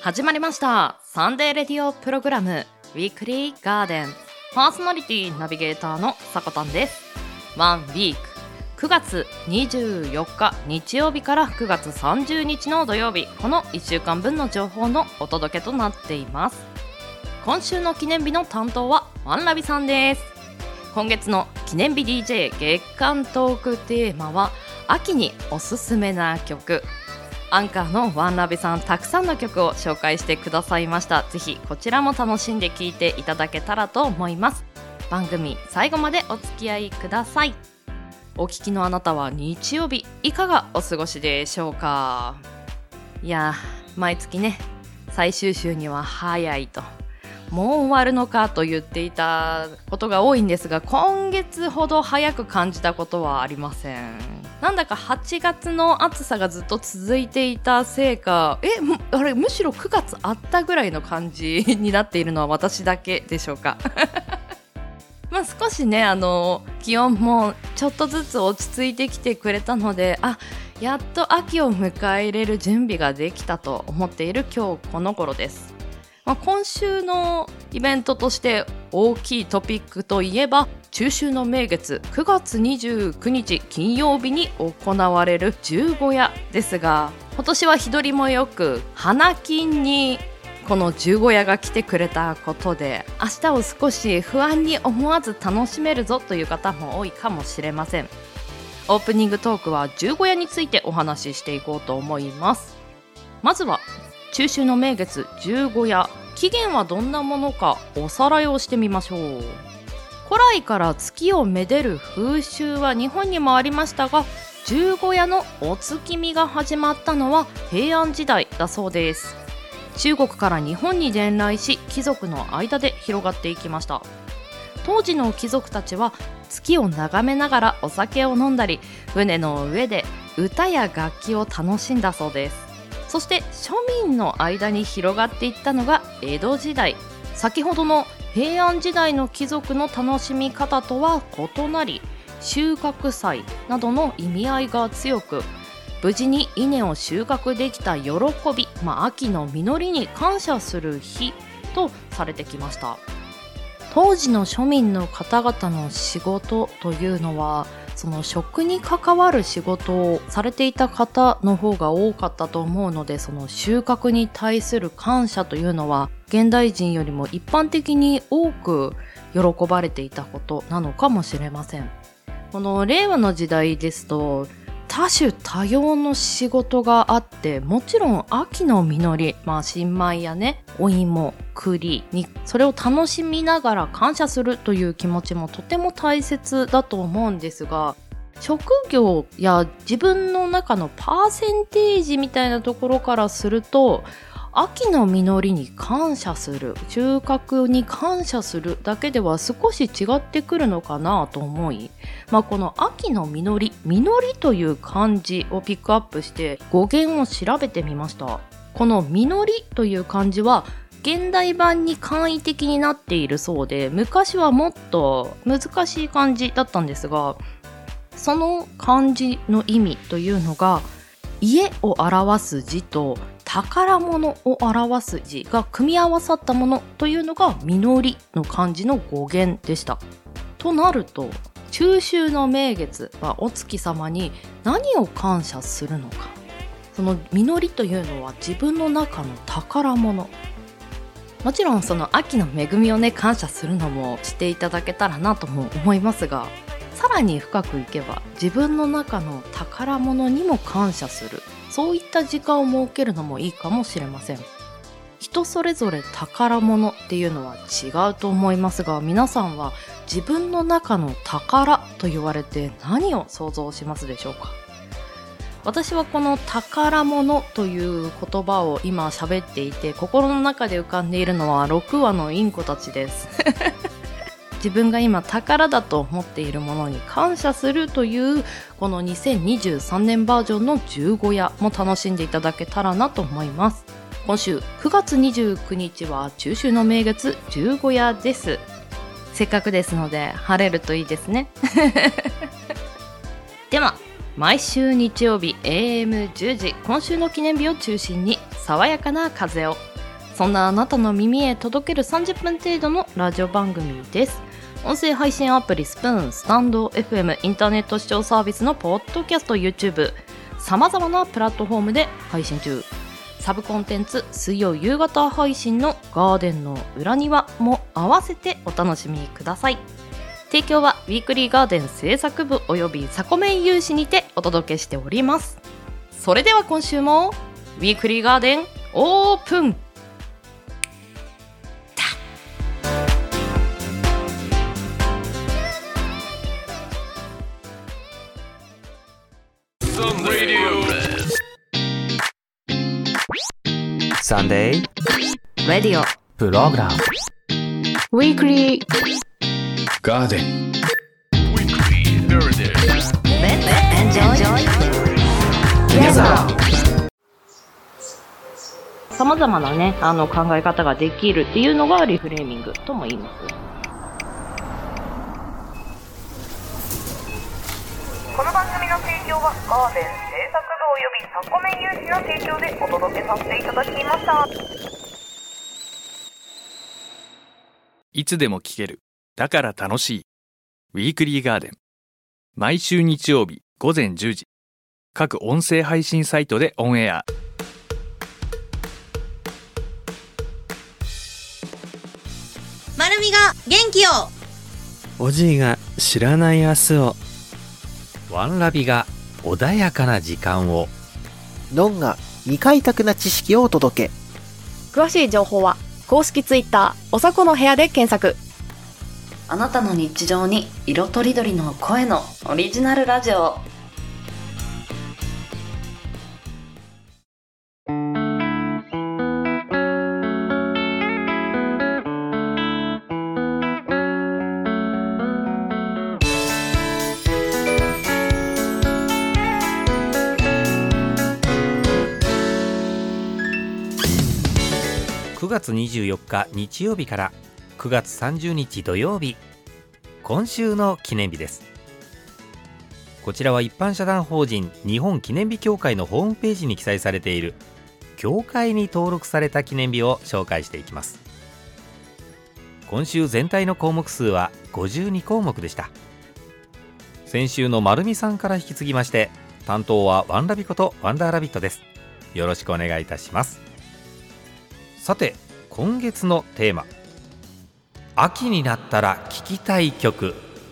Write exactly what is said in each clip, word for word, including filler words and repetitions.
始まりましたサンデーレディオプログラムウィークリーガーデン。パーソナリティナビゲーターのさこたんです。ワンウィークくがつにじゅうよっか日曜日からくがつさんじゅうにちの土曜日、このいっしゅうかんぶんの情報のお届けとなっています。今週の記念日の担当はワンラビさんです。今月の記念日 ディージェー 月間トークテーマは秋におすすめな曲。アンカーのワンラビさん、たくさんの曲を紹介してくださいました。ぜひこちらも楽しんで聴いていただけたらと思います。番組最後までお付き合いください。お聞きのあなたは日曜日いかがお過ごしでしょうか。いや毎月ね、最終週には早いと、もう終わるのかと言っていたことが多いんですが、今月ほど早く感じたことはありません。なんだかはちがつの暑さがずっと続いていたせいか、えあれむしろくがつあったぐらいの感じになっているのは私だけでしょうかまあ少しね、あの気温もちょっとずつ落ち着いてきてくれたので、あやっと秋を迎え入れる準備ができたと思っている今日この頃です。まあ、今週のイベントとして大きいトピックといえば、中秋の名月くがつにじゅうくにち金曜日に行われる十五夜ですが、今年は日取りもよく花金にこの十五夜が来てくれたことで、明日を少し不安に思わず楽しめるぞという方も多いかもしれません。オープニングトークは十五夜についてお話ししていこうと思います。まずは中秋の名月十五夜、起源はどんなものかおさらいをしてみましょう。古来から月をめでる風習は日本にもありましたが、十五夜のお月見が始まったのは平安時代だそうです。中国から日本に伝来し、貴族の間で広がっていきました。当時の貴族たちは月を眺めながらお酒を飲んだり、船の上で歌や楽器を楽しんだそうです。そして庶民の間に広がっていったのが江戸時代。先ほどの平安時代の貴族の楽しみ方とは異なり、収穫祭などの意味合いが強く、無事に稲を収穫できた喜び、まあ、秋の実りに感謝する日とされてきました。当時の庶民の方々の仕事というのは、その食に関わる仕事をされていた方の方が多かったと思うので、その収穫に対する感謝というのは現代人よりも一般的に多く喜ばれていたことなのかもしれません。この令和の時代ですと多種多様の仕事があって、もちろん秋の実り、まあ新米やね、お芋、栗にそれを楽しみながら感謝するという気持ちもとても大切だと思うんですが、職業や自分の中のパーセンテージみたいなところからすると、秋の実りに感謝する、収穫に感謝するだけでは少し違ってくるのかなと思い、まあ、この秋の実り、実りという漢字をピックアップして語源を調べてみました。この実りという漢字は現代版に簡易的になっているそうで、昔はもっと難しい漢字だったんですが、その漢字の意味というのが、家を表す字と宝物を表す字が組み合わさったものというのが実りの漢字の語源でした。となると、中秋の名月はお月様に何を感謝するのか。その実りというのは自分の中の宝物。もちろんその秋の恵みをね、感謝するのもしていただけたらなとも思いますが、さらに深くいけば自分の中の宝物にも感謝する、そういった時間を設けるのもいいかもしれません。人それぞれ宝物っていうのは違うと思いますが、皆さんは自分の中の宝と言われて何を想像しますでしょうか。私はこの宝物という言葉を今喋っていて、心の中で浮かんでいるのはろくわのインコたちです自分が今宝だと思っているものに感謝するというこのにせんにじゅうさんねんバージョンの十五夜も楽しんでいただけたらなと思います。今週くがつにじゅうくにちは中秋の名月十五夜です。せっかくですので晴れるといいですねでは毎週日曜日 エーエムじゅうじ、今週の記念日を中心に爽やかな風を、 そんなあなたの耳へ届けるさんじゅっぷん程度のラジオ番組です。音声配信アプリスプーン、スタンド エフエム、インターネット視聴サービスのポッドキャスト、 YouTube、 さまざまなプラットフォームで配信中。サブコンテンツ水曜夕方配信のガーデンの裏庭も合わせてお楽しみください。提供はウィークリーガーデン制作部およびサコメン有志にてお届けしております。それでは今週もウィークリーガーデンオープン。 サンデーラディオプログラムウィークリーガーデンさまざまなねあの考え方ができるっていうのがリフレーミングとも言います。 この番組の提供はガーデン制作部およびサコメン有志の提供でお届けさせていただきました。 いつでも聞ける、だから楽しいウィークリーガーデン、毎週日曜日ごぜんじゅうじ、各音声配信サイトでオンエア。 まるみが元気を、 おじいが知らない明日を、 ワンラビが穏やかな時間を、 ノンが未開拓な知識をお届け。 詳しい情報は公式ツイッターおさこの部屋で検索。 あなたの日常に色とりどりの声のオリジナルラジオ。 くがつにじゅうよっか日曜日からくがつさんじゅうにち土曜日、今週の記念日です。こちらは一般社団法人日本記念日協会のホームページに記載されている協会に登録された記念日を紹介していきます。今週全体の項目数はごじゅうにこうもくでした。先週のまるみさんから引き継ぎまして、担当はワンラビことワンダーラビットです。よろしくお願いいたします。さて、今月のテーマ、秋になったら聴きたい曲。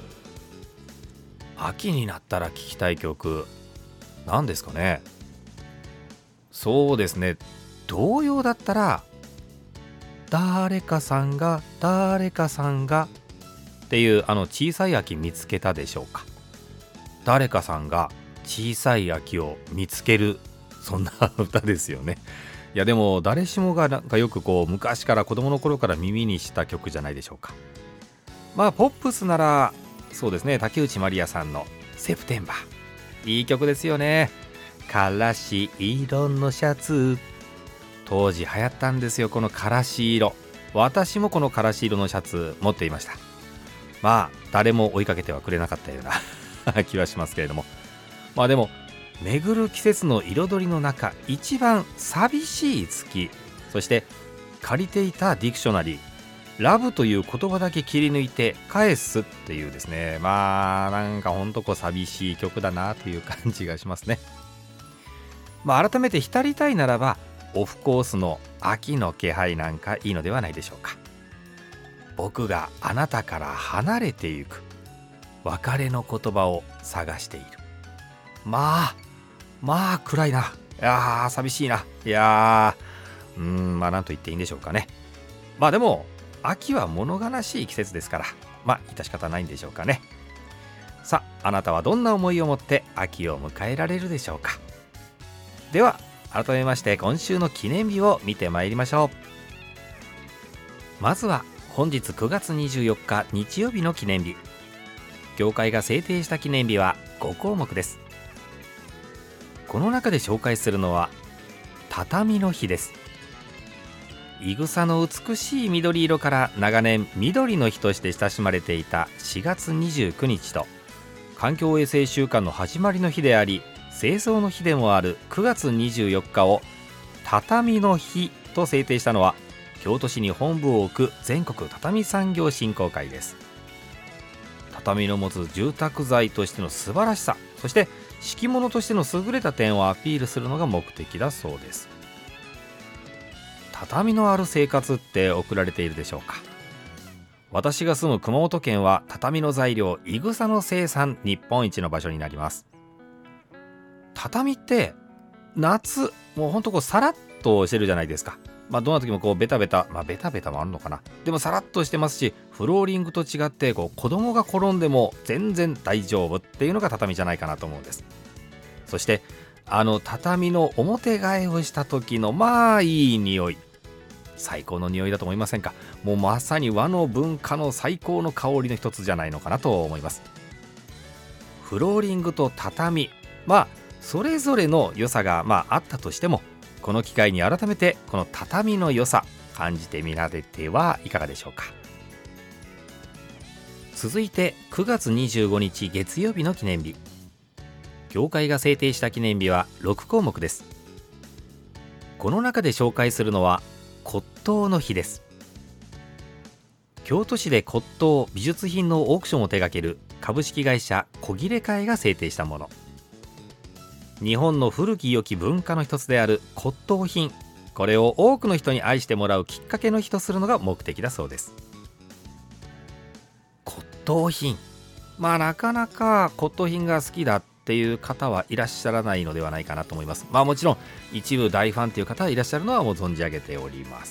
秋になったら聴きたい曲、何ですかね。そうですね、童謡だったら誰かさんが誰かさんがっていうあの小さい秋見つけたでしょうか。誰かさんが小さい秋を見つける、そんな歌ですよね。いやでも誰しもがなんかよくこう昔から子供の頃から耳にした曲じゃないでしょうか。まあポップスならそうですね、竹内まりやさんのセプテンバー、いい曲ですよね。からし色のシャツ、当時流行ったんですよ、このからし色。私もこのからし色のシャツ持っていました。まあ誰も追いかけてはくれなかったような気はしますけれども、まあでも巡る季節の彩りの中、一番寂しい月、そして借りていたディクショナリー、ラブという言葉だけ切り抜いて返すっていうですね、まあなんかほんとこう寂しい曲だなという感じがしますね。まあ改めて浸りたいならば、オフコースの秋の気配なんかいいのではないでしょうか。僕があなたから離れてゆく、別れの言葉を探している。まあまあ暗いな、いやー寂しいな、いやーうーんまあなんと言っていいんでしょうかね。まあでも秋は物悲しい季節ですから、まあ致し方ないんでしょうかね。さあ、あなたはどんな思いを持って秋を迎えられるでしょうか。では改めまして今週の記念日を見てまいりましょう。まずは本日くがつにじゅうよっか日曜日の記念日。協会が制定した記念日はごこうもくです。この中で紹介するのは畳の日です。いぐさの美しい緑色から長年緑の日として親しまれていたしがつにじゅうくにちと、環境衛生週間の始まりの日であり清掃の日でもあるくがつにじゅうよっかを畳の日と制定したのは京都市に本部を置く全国畳産業振興会です。畳の持つ住宅材としての素晴らしさ、そして敷物としての優れた点をアピールするのが目的だそうです。畳のある生活って送られているでしょうか。私が住む熊本県は畳の材料いぐさの生産日本一の場所になります。畳って夏もうほんとこうサラッとしてるじゃないですか。まあどんな時もこうベタベタまあベタベタもあるのかな、でもサラッとしてますし、フローリングと違ってこう子供が転んでも全然大丈夫っていうのが畳じゃないかなと思うんです。そしてあの畳の表替えをした時のまあいい匂い、最高の匂いだと思いませんか。もうまさに和の文化の最高の香りの一つじゃないのかなと思います。フローリングと畳、まあそれぞれの良さがまああったとしても、この機会に改めてこの畳の良さ感じてみられてはいかがでしょうか。続いてくがつにじゅうごにち月曜日の記念日。協会が制定した記念日はろくこうもくです。この中で紹介するのは骨董の日です。京都市で骨董美術品のオークションを手掛ける株式会社小切会が制定したもの。日本の古き良き文化の一つである骨董品、これを多くの人に愛してもらうきっかけの日とするのが目的だそうです。骨董品、まあなかなか骨董品が好きだっていう方はいらっしゃらないのではないかなと思います。まあもちろん一部大ファンという方はいらっしゃるのはもう存じ上げております。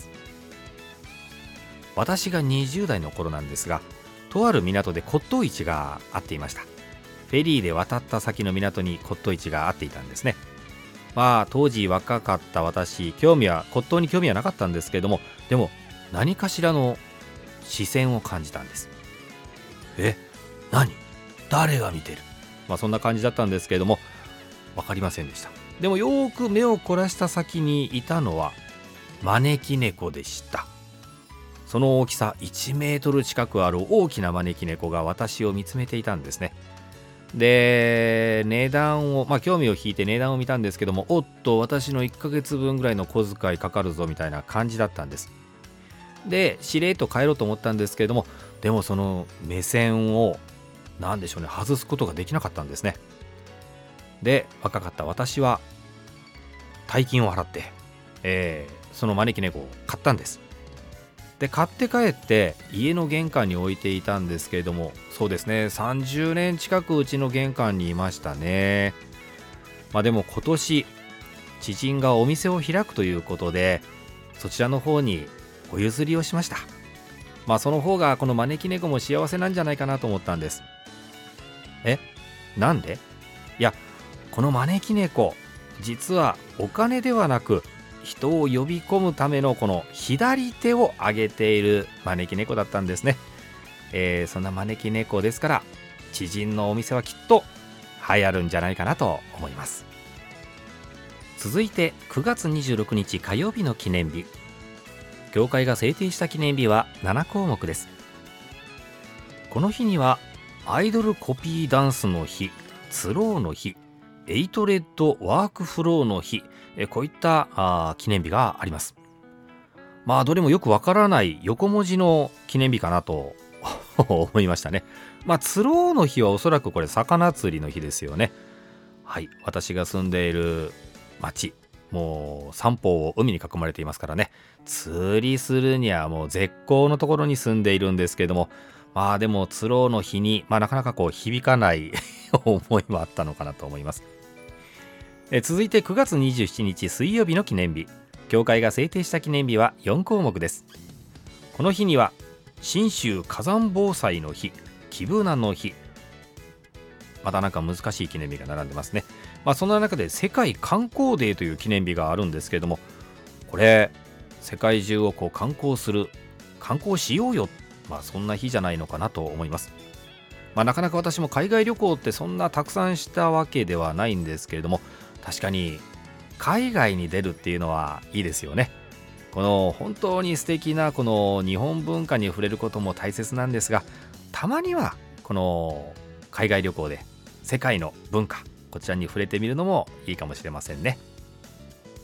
私がにじゅうだいの頃なんですが、とある港で骨董市があっていました。フェリーで渡った先の港に骨董市があっていたんですね。まあ当時若かった私、興味は骨董に興味はなかったんですけれども、でも何かしらの視線を感じたんです。え、何？誰が見てる？まあそんな感じだったんですけれども、分かりませんでした。でもよーく目を凝らした先にいたのは招き猫でした。その大きさいちメートル近くある大きな招き猫が私を見つめていたんですね。で値段をまあ興味を引いて値段を見たんですけども、おっと私のいっかげつぶんぐらいの小遣いかかるぞみたいな感じだったんです。でしれっと帰ろうと思ったんですけれども、でもその目線をなんでしょうね、外すことができなかったんですね。で若かった私は大金を払って、えー、その招き猫を買ったんです。で買って帰って家の玄関に置いていたんですけれども、そうですねさんじゅうねん近くうちの玄関にいましたね。まあでも今年知人がお店を開くということで、そちらの方にお譲りをしました。まあその方がこの招き猫も幸せなんじゃないかなと思ったんです。え、なんで？いや、この招き猫実はお金ではなく人を呼び込むためのこの左手を上げている招き猫だったんですね。えー、そんな招き猫ですから知人のお店はきっと流行るんじゃないかなと思います。続いてくがつにじゅうろくにち火曜日の記念日。協会が制定した記念日はななこうもくです。この日にはアイドルコピーダンスの日、ツローの日、エイトレッドワークフローの日、えこういったあ記念日があります。まあどれもよくわからない横文字の記念日かなと思いましたね。まあツローの日はおそらくこれ魚釣りの日ですよね。はい、私が住んでいる町、もう三方を海に囲まれていますからね、釣りするにはもう絶好のところに住んでいるんですけども、まあでもツローの日に、まあ、なかなかこう響かない思いもあったのかなと思います。え続いてくがつにじゅうしちにち水曜日の記念日。協会が制定した記念日はよんこうもくです。この日には信州火山防災の日、キブナの日、またなんか難しい記念日が並んでますね。まあそんな中で世界観光デーという記念日があるんですけれども、これ世界中をこう観光する、観光しようよ、まあそんな日じゃないのかなと思います。まあなかなか私も海外旅行ってそんなたくさんしたわけではないんですけれども、確かに海外に出るっていうのはいいですよね。この本当に素敵なこの日本文化に触れることも大切なんですが、たまにはこの海外旅行で世界の文化、こちらに触れてみるのもいいかもしれませんね。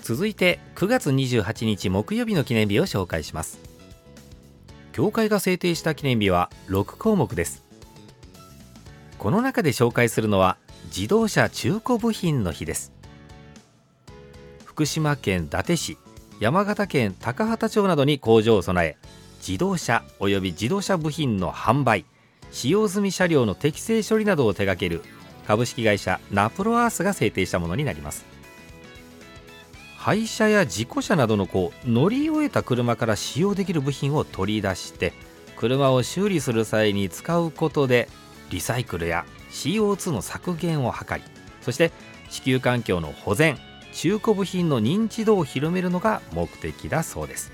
続いてくがつにじゅうはちにち木曜日の記念日を紹介します。協会が制定した記念日はろくこうもくです。この中で紹介するのは自動車中古部品の日です。福島県伊達市、山形県高畑町などに工場を備え、自動車および自動車部品の販売、使用済み車両の適正処理などを手掛ける株式会社ナプロアースが制定したものになります。廃車や事故車などのこう乗り終えた車から使用できる部品を取り出して車を修理する際に使うことでリサイクルや シーオーツー の削減を図り、そして地球環境の保全、中古部品の認知度を広めるのが目的だそうです。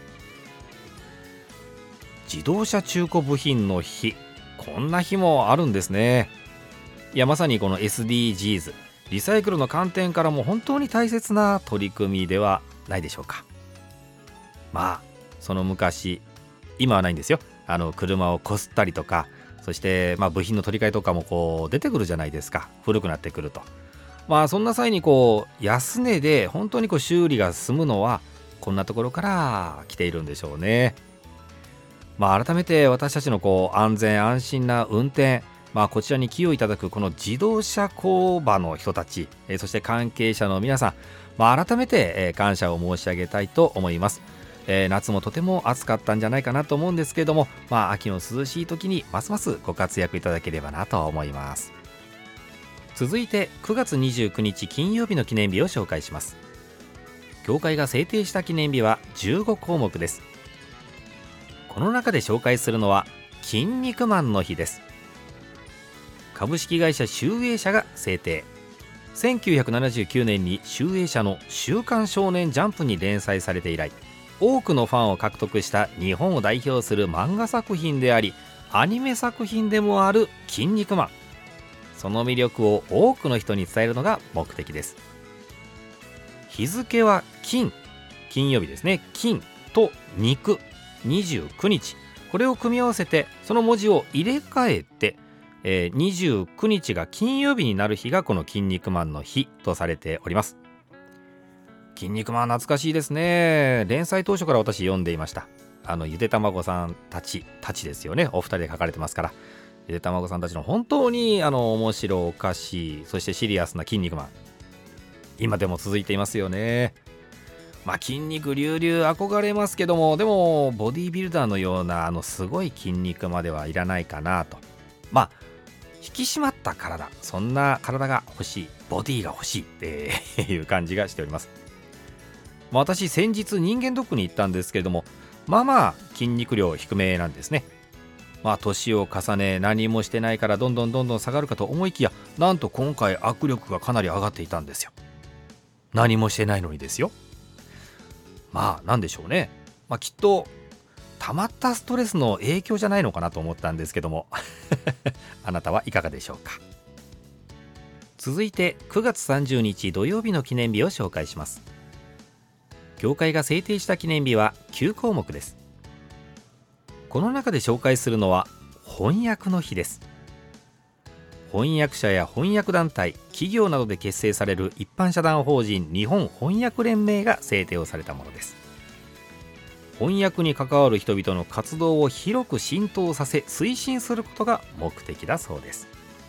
自動車中古部品の日、こんな日もあるんですね。いやまさにこの エスディージーズ、リサイクルの観点からも本当に大切な取り組みではないでしょうか。まあその昔、今はないんですよ。あの車をこすったりとか、そしてまあ部品の取り替えとかもこう出てくるじゃないですか。古くなってくると、まあそんな際にこう安値で本当にこう修理が済むのはこんなところから来ているんでしょうね。まあ改めて私たちのこう安全安心な運転、まあ、こちらに寄与いただくこの自動車工場の人たち、えー、そして関係者の皆さん、まあ、改めて、えー、感謝を申し上げたいと思います。えー、夏もとても暑かったんじゃないかなと思うんですけれども、まあ、秋の涼しい時にますますご活躍いただければなと思います。続いてくがつにじゅうくにち金曜日の記念日を紹介します。協会が制定した記念日はじゅうごこうもくです。この中で紹介するのは筋肉マンの日です。株式会社集英社が制定。せんきゅうひゃくななじゅうきゅうねんに集英社の週刊少年ジャンプに連載されて以来、多くのファンを獲得した日本を代表する漫画作品であり、アニメ作品でもある筋肉マン。その魅力を多くの人に伝えるのが目的です。日付は金、金曜日ですね、金と肉、にじゅうくにち、これを組み合わせてその文字を入れ替えて、えー、にじゅうくにちが金曜日になる日がこの筋肉マンの日とされております。筋肉マン懐かしいですね。連載当初から私読んでいました。あのゆでたまごさんたちたちですよね。お二人で書かれてますから、ゆでたまごさんたちの本当にあの面白おかしい、そしてシリアスな筋肉マン、今でも続いていますよね。まあ筋肉隆々憧れますけども、でもボディービルダーのようなあのすごい筋肉まではいらないかなと。まあ引き締まった体、そんな体が欲しい、ボディが欲しいっていう感じがしております。まあ、私先日人間ドックに行ったんですけれども、まあまあ筋肉量低めなんですね。まあ年を重ね何もしてないからどんどんどんどん下がるかと思いきや、なんと今回握力がかなり上がっていたんですよ。何もしてないのにですよ。まあなんでしょうね、まあ、きっと溜まったストレスの影響じゃないのかなと思ったんですけどもあなたはいかがでしょうか。続いてくがつさんじゅうにち土曜日の記念日を紹介します。協会が制定した記念日はきゅうこうもくです。この中で紹介するのは翻訳の日です。翻訳者や翻訳団体、企業などで結成される一般社団法人日本翻訳連盟が制定をされたものです。翻訳に関わる人々の活動を広く浸透させ推進することが目的だそうです。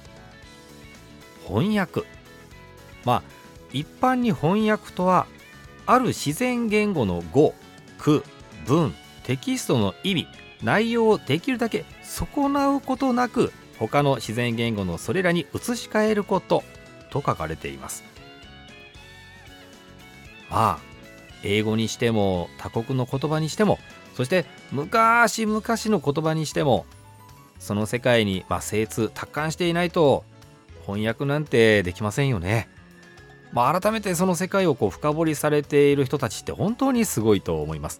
翻訳、まあ一般に翻訳とはある自然言語の語、句、文、テキストの意味、内容をできるだけ損なうことなく他の自然言語のそれらに移し替えることと書かれています。まあ英語にしても他国の言葉にしても、そして昔々の言葉にしても、その世界にまあ精通達観していないと翻訳なんてできませんよね。まあ、改めてその世界をこう深掘りされている人たちって本当にすごいと思います。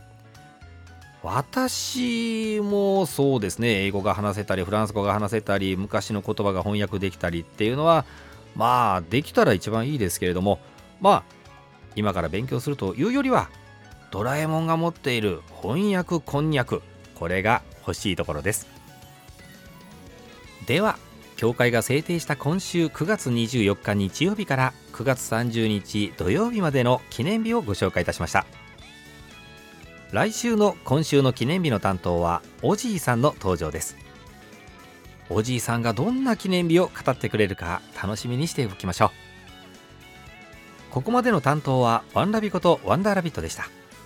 私もそうですね、英語が話せたりフランス語が話せたり昔の言葉が翻訳できたりっていうのはまあできたら一番いいですけれども、まあ今から勉強するというよりはドラえもんが持っている翻訳こんにゃく、これが欲しいところです。では協会が制定した今週くがつにじゅうよっか日曜日からくがつさんじゅうにち土曜日までの記念日をご紹介いたしました。来週の今週の記念日の担当はおじいさんの登場です。おじいさんがどんな記念日を語ってくれるか楽しみにしておきましょう。ここまでの担当はワンラビことワンダーラビットでした。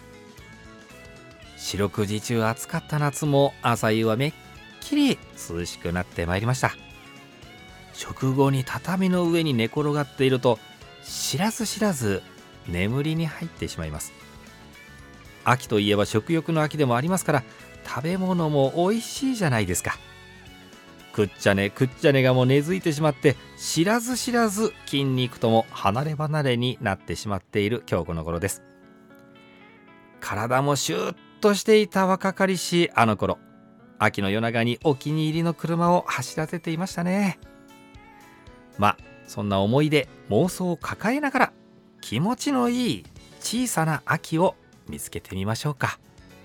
四六時中暑かった夏も朝夕はめっきり涼しくなってまいりました。食後に畳の上に寝転がっていると知らず知らず眠りに入ってしまいます。秋といえば食欲の秋でもありますから、食べ物も美味しいじゃないですか。くっちゃねくっちゃねがもう根付いてしまって、知らず知らず筋肉とも離れ離れになってしまっている今日この頃です。体もシュッとしていた若かりしあの頃、秋の夜長にお気に入りの車を走らせていましたね。まあそんな思い出妄想を抱えながら、気持ちのいい小さな秋を見つけてみましょうか。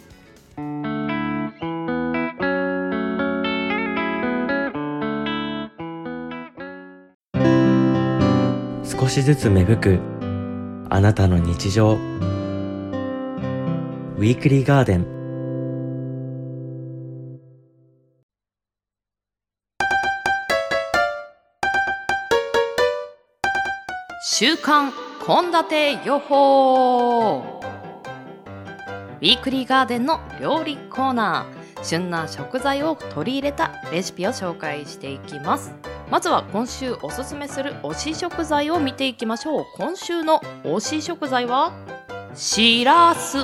少しずつ芽吹くあなたの日常。ウィークリーガーデン。 週刊献立予報。ウィークリーガーデンの料理コーナー、旬な食材を取り入れたレシピを紹介していきます。まずは今週おすすめする推し食材を見ていきましょう。今週の推し食材はしらす。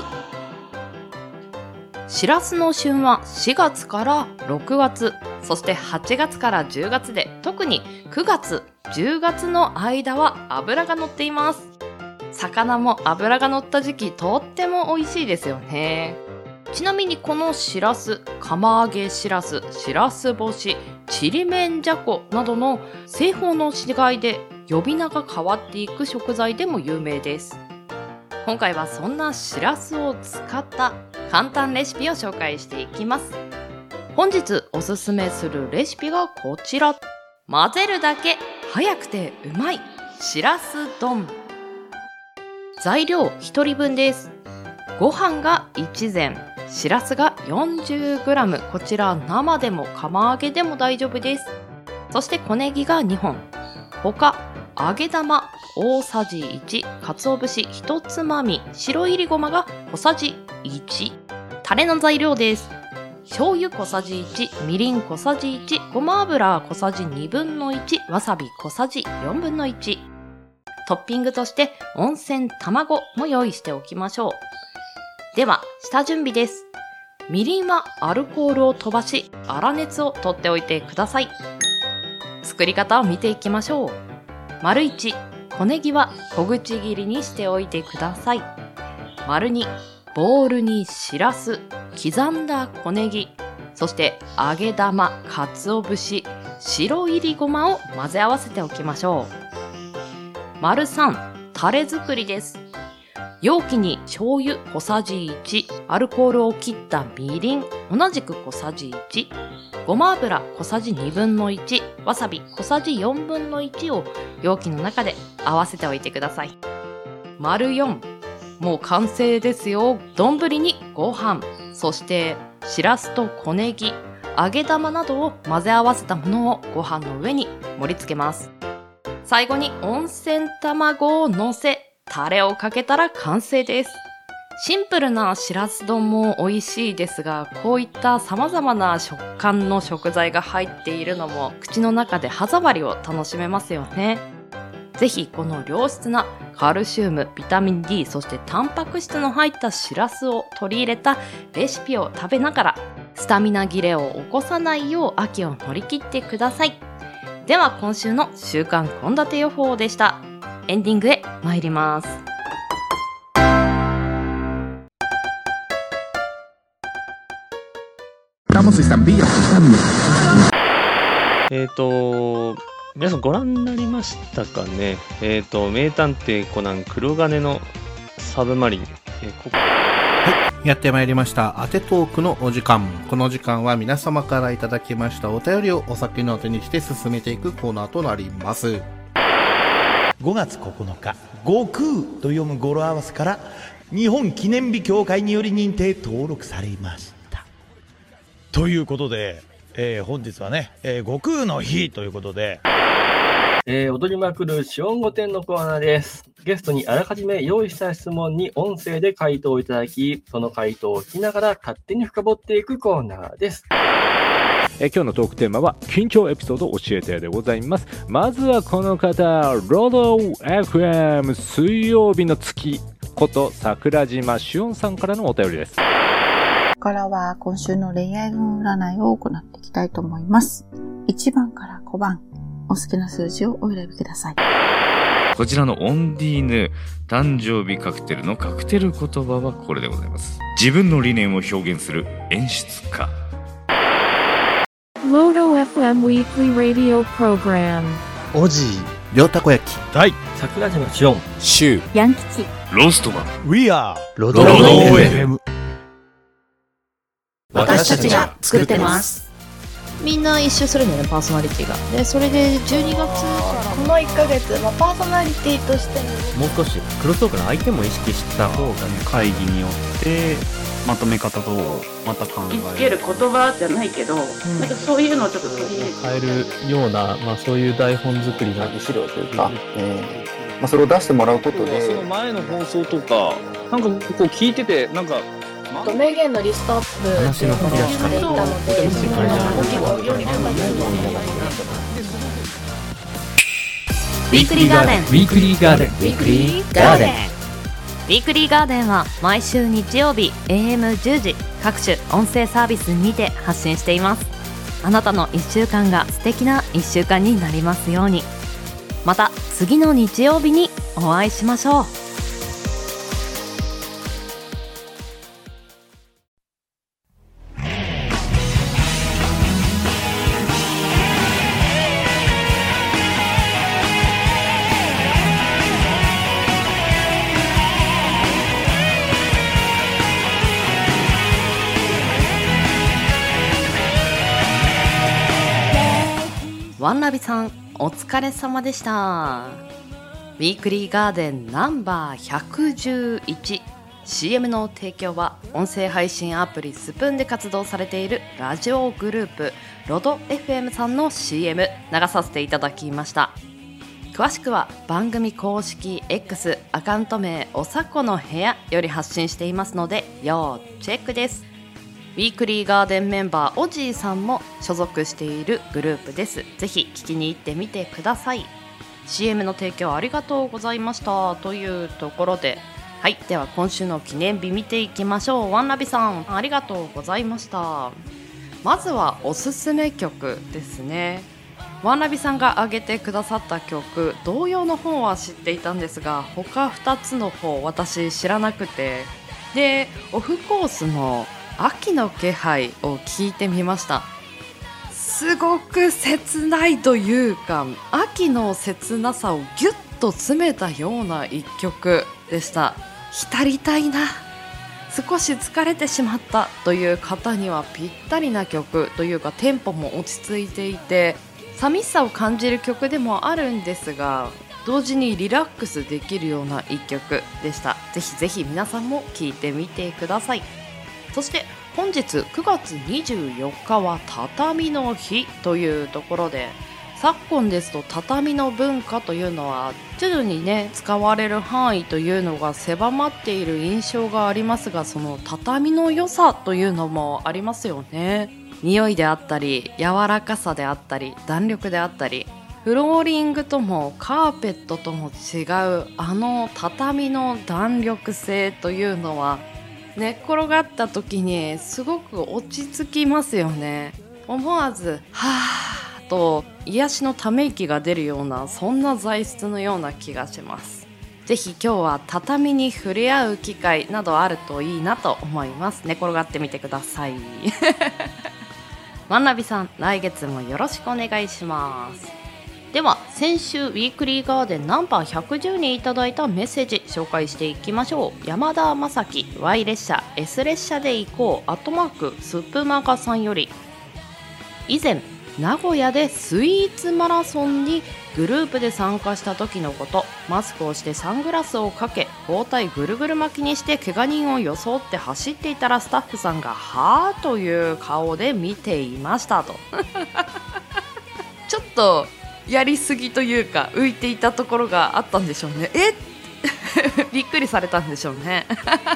しらすの旬はしがつからろくがつ、そしてはちがつからじゅうがつで、特にくがつじゅうがつの間は脂が乗っています。魚も脂が乗った時期、とっても美味しいですよね。ちなみにこのしらす、釜揚げしらす、しらす干し、ちりめんじゃこなどの製法の違いで呼び名が変わっていく食材でも有名です。今回はそんなしらすを使った簡単レシピを紹介していきます。本日おすすめするレシピがこちら。混ぜるだけ早くてうまいしらす丼。材料ひとりぶんです。ご飯がいちぜん、しらすが よんじゅうグラム、 こちら生でも釜揚げでも大丈夫です。そして小ネギがにほん、他揚げ玉大さじいち、鰹節ひとつまみ、白いりごまが小さじいち。タレの材料です。醤油小さじいち、みりん小さじいち、ごま油小さじにぶんのいち、わさび小さじよんぶんのいち。トッピングとして温泉卵も用意しておきましょう。では下準備です。みりんはアルコールを飛ばし粗熱を取っておいてください。作り方を見ていきましょう。丸いち、小ネギは小口切りにしておいてください。丸に、ボウルにしらす、刻んだ小ネギ、そして揚げ玉、鰹節、白いりごまを混ぜ合わせておきましょう。丸さん、タレ作りです。容器に醤油小さじいち、アルコールを切ったみりん同じく小さじいち、ごま油小さじにぶんのいち、わさび小さじよんぶんのいちを容器の中で合わせておいてください。丸よん、もう完成ですよ。丼にご飯、そしてしらすと小ネギ、揚げ玉などを混ぜ合わせたものをご飯の上に盛り付けます。最後に温泉卵を乗せ、タレをかけたら完成です。シンプルなしらす丼も美味しいですが、こういった様々な食感の食材が入っているのも口の中で歯触りを楽しめますよね。ぜひこの良質なカルシウム、ビタミン ディー、そしてタンパク質の入ったしらすを取り入れたレシピを食べながら、スタミナ切れを起こさないよう秋を乗り切ってください。では今週の週刊献立予報でした。エンディングへ参ります。 えっと皆さんご覧になりましたかね。えっと名探偵コナン黒金のサブマリン、えーここはい、 やってまいりました当てトークのお時間。この時間は皆様からいただきましたお便りをお酒のあてにして進めていくコーナーとなります。 ごがつここのか、悟空と読む語呂合わせから日本記念日協会により認定登録されましたということで、えー、本日はね、えー、悟空の日ということで、 えー、踊りまくる四音御殿のコーナーです。ゲストにあらかじめ用意した質問に音声で回答いただき、その回答を聞きながら勝手に深掘っていくコーナーです。 え今日のトークテーマは緊張エピソード教えてでございます。まずはこの方、ロード エフエム 水曜日の月こと桜島しおんさんからのお便りです。 ここからは今週の恋愛運占いを行っていきたいと思います。いちばんからごばん、お好きな数字をお選びください。 こちらのオンディーヌ誕生日カクテルのカクテル言葉はこれでございます。自分の理念を表現する演出家。 ロード エフエム Weekly Radio Program。 おじい、りょうたこ焼き。 大、桜島しおん。 シュヤン吉。 ローストマン。 We are ロドドロドエフエム。 私たちが作ってます。 みんな一周するんだよね、パーソナリティが。でそれでじゅうにがつからこのいっかげつ、まあ、パーソナリティとしてもう少しクロストークの相手も意識した方がね、会議によってまとめ方とまた考え言いつける言葉じゃないけど、うん、なんかそういうのをちょっと取り入れて変えるような、まあ、そういう台本作りの資料というか、 えーまあ、それを出してもらうことで、 その前の放送とかなんかこう聞いててなんか名言のリストアップ話の振り出しからいたので、 ウィークリーガーデン、 ウィークリーガーデン、ウィークリーガーデン。ウィークリーガーデンは毎週日曜日 エーエムじゅうじ各種音声サービスにて発信しています。あなたのいっしゅうかんが素敵ないっしゅうかんになりますように。また次の日曜日にお会いしましょう。ワンラビさん、お疲れ様でした。ウィークリーガーデンナンバーひゃくじゅういち、 シーエム の提供は音声配信アプリスプーンで活動されているラジオグループロド エフエム さんの シーエム 流させていただきました。詳しくは番組公式 X アカウント名おさこの部屋より発信していますので要チェックです。ウィークリーガーデンメンバーおじいさんも所属しているグループです。ぜひ聞きに行ってみてください。 シーエム の提供ありがとうございましたというところで、はい、では今週の記念日見ていきましょう。ワンラビさんありがとうございました。まずはおすすめ曲ですね。ワンラビさんが挙げてくださった曲、童謡の方は知っていたんですが他ふたつの方私知らなくて、でオフコースの秋の気配を聞いてみました。すごく切ないというか、秋の切なさをギュッと詰めたような一曲でした。浸りたいな、少し疲れてしまったという方にはぴったりな曲というか、テンポも落ち着いていて寂しさを感じる曲でもあるんですが、同時にリラックスできるような一曲でした。ぜひぜひ皆さんも聴いてみてください。そして本日くがつにじゅうよっかは畳の日というところで、昨今ですと畳の文化というのは徐々にね使われる範囲というのが狭まっている印象がありますが、その畳の良さというのもありますよね。匂いであったり柔らかさであったり弾力であったり、フローリングともカーペットとも違うあの畳の弾力性というのは寝っ転がった時にすごく落ち着きますよね。思わずはぁと癒しのため息が出るような、そんな材質のような気がします。ぜひ今日は畳に触れ合う機会などあるといいなと思います。寝転がってみてくださいワンナビさん、来月もよろしくお願いします。 では先週ウィークリーガーデンナンバーひゃくじゅうにいただいたメッセージ紹介していきましょう。山田正樹 Y 列車 S 列車で行こうアットマークスープマガさんより、以前名古屋でスイーツマラソンにグループで参加した時のこと。マスクをしてサングラスをかけ包帯ぐるぐる巻きにして怪我人を装って走っていたら、スタッフさんがはぁという顔で見ていましたとちょっとやりすぎというか浮いていたところがあったんでしょうね。えびっくりされたんでしょうね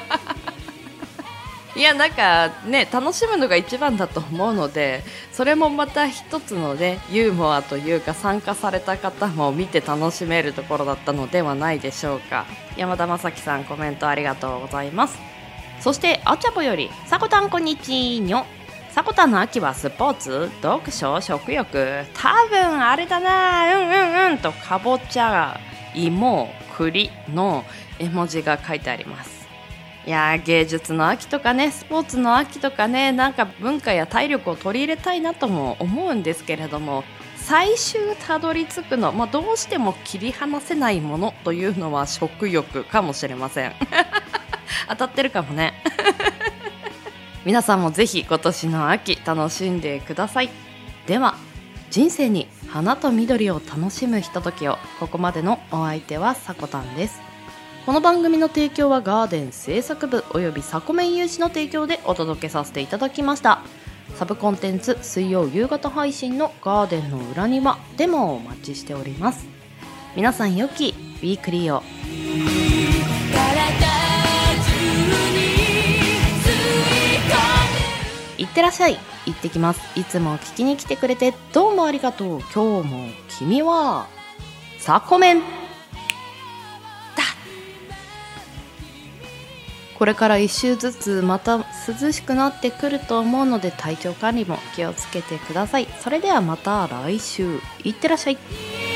いやなんかね、楽しむのが一番だと思うので、それもまた一つのねユーモアというか、参加された方も見て楽しめるところだったのではないでしょうか。山田正樹さん、コメントありがとうございます。そしてあちゃぽより、さこたんこんにちにょ。さこたんの秋はスポーツ、読書、食欲、多分あれだな、うんうんうんとかぼちゃ、芋、栗の絵文字が書いてあります。いやー、芸術の秋とかね、スポーツの秋とかね、なんか文化や体力を取り入れたいなとも思うんですけれども、最終たどり着くの、まあ、どうしても切り離せないものというのは食欲かもしれません当たってるかもね皆さんもぜひ今年の秋楽しんでください。では人生に花と緑を楽しむひとときを。ここまでのお相手はさこたんです。この番組の提供はガーデン制作部およびサコメン有志の提供でお届けさせていただきました。サブコンテンツ水曜夕方配信のガーデンの裏庭でもお待ちしております。皆さん良きウィークリーを。いってらっしゃい。行ってきます。いつも聞きに来てくれてどうもありがとう。今日も君はサコメンだ。これから一周ずつまた涼しくなってくると思うので、体調管理も気をつけてください。それではまた来週。いってらっしゃい。